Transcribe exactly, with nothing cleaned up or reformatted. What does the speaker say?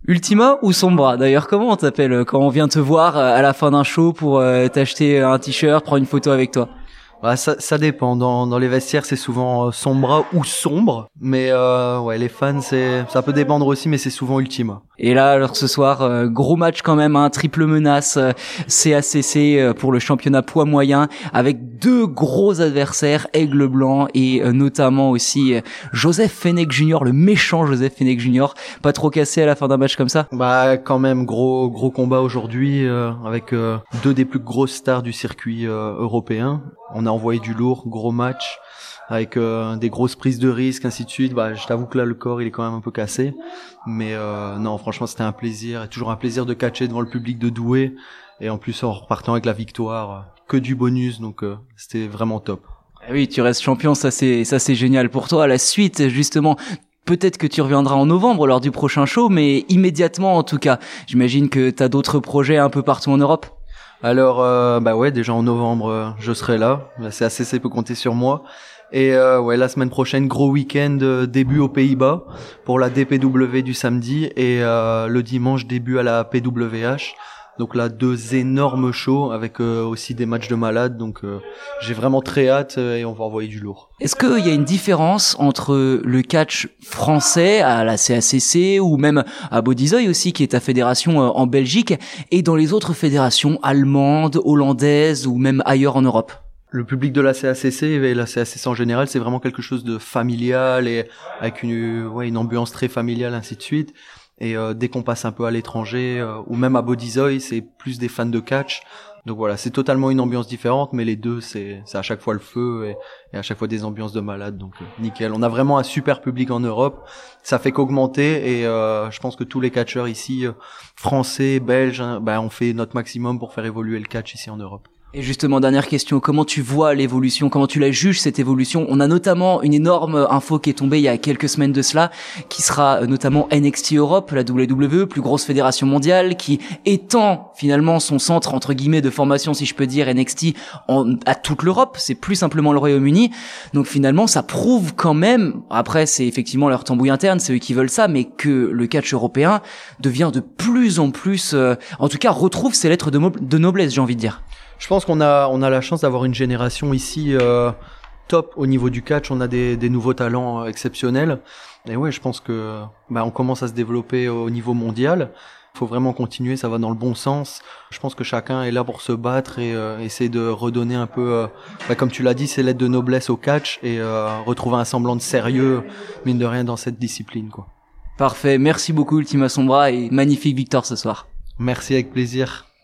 Ultima ou Sombra? D'ailleurs, comment on t'appelle quand on vient te voir à la fin d'un show pour euh, t'acheter un t-shirt, prendre une photo avec toi? Ouais, ça, ça dépend. Dans, dans les vestiaires, c'est souvent euh, Sombra ou Sombre. Mais euh, ouais, les fans, c'est ça peut dépendre aussi, mais c'est souvent Ultima. Et là, alors ce soir, euh, gros match quand même, hein, triple menace, euh, C A C C euh, pour le championnat poids moyen, avec deux gros adversaires, Aigle Blanc et euh, notamment aussi euh, Joseph Fenech Junior, le méchant Joseph Fenech Junior. Pas trop cassé à la fin d'un match comme ça? Bah quand même, gros gros combat aujourd'hui euh, avec euh, deux des plus grosses stars du circuit euh, européen. On a envoyé du lourd, gros match, avec euh, des grosses prises de risques, ainsi de suite. Bah, je t'avoue que là, le corps, il est quand même un peu cassé. Mais euh, non, franchement, c'était un plaisir. Et toujours un plaisir de catcher devant le public de Douai. Et en plus, en repartant avec la victoire, euh, que du bonus. Donc, euh, c'était vraiment top. Ah oui, tu restes champion, ça c'est ça c'est génial pour toi. À la suite, justement, peut-être que tu reviendras en novembre lors du prochain show, mais immédiatement en tout cas. J'imagine que t'as d'autres projets un peu partout en Europe. Alors, euh, bah ouais, déjà en novembre, euh, je serai là. La C A C C peut compter sur moi. Et euh, ouais, la semaine prochaine, gros week-end, euh, début aux Pays-Bas pour la D P W du samedi et euh, le dimanche début à la P W H. Donc là, deux énormes shows avec euh, aussi des matchs de malades. Donc euh, j'ai vraiment très hâte euh, et on va envoyer du lourd. Est-ce qu'il y a une différence entre le catch français à la C A C C ou même à Bodyzoy aussi, qui est ta fédération euh, en Belgique, et dans les autres fédérations allemandes, hollandaises ou même ailleurs en Europe? Le public de la C A C C et la C A C C en général, c'est vraiment quelque chose de familial et avec une ouais une ambiance très familiale, ainsi de suite. Et euh, dès qu'on passe un peu à l'étranger euh, ou même à Bodyzoy, c'est plus des fans de catch. Donc voilà, c'est totalement une ambiance différente, mais les deux, c'est c'est à chaque fois le feu et, et à chaque fois des ambiances de malade. Donc euh, nickel. On a vraiment un super public en Europe. Ça fait qu'augmenter et euh, je pense que tous les catcheurs ici, euh, français, belges, hein, bah, on fait notre maximum pour faire évoluer le catch ici en Europe. Et justement, dernière question, comment tu vois l'évolution, comment tu la juges cette évolution? On a notamment une énorme info qui est tombée il y a quelques semaines de cela, qui sera notamment N X T Europe, la W W E, plus grosse fédération mondiale, qui étend finalement son centre entre guillemets de formation, si je peux dire, N X T en, à toute l'Europe, c'est plus simplement le Royaume-Uni. Donc finalement, ça prouve quand même, après c'est effectivement leur tambouille interne, c'est eux qui veulent ça, mais que le catch européen devient de plus en plus, euh, en tout cas retrouve ses lettres de, mo- de noblesse, j'ai envie de dire. Je pense qu'on a on a la chance d'avoir une génération ici euh, top au niveau du catch. On a des des nouveaux talents euh, exceptionnels. Et ouais, je pense que bah on commence à se développer au niveau mondial. Il faut vraiment continuer, ça va dans le bon sens. Je pense que chacun est là pour se battre et euh, essayer de redonner un peu, euh, bah, comme tu l'as dit, ses lettres de noblesse au catch et euh, retrouver un semblant de sérieux, mine de rien, dans cette discipline, quoi. Parfait, merci beaucoup Ultima Sombra et magnifique victoire ce soir. Merci, avec plaisir.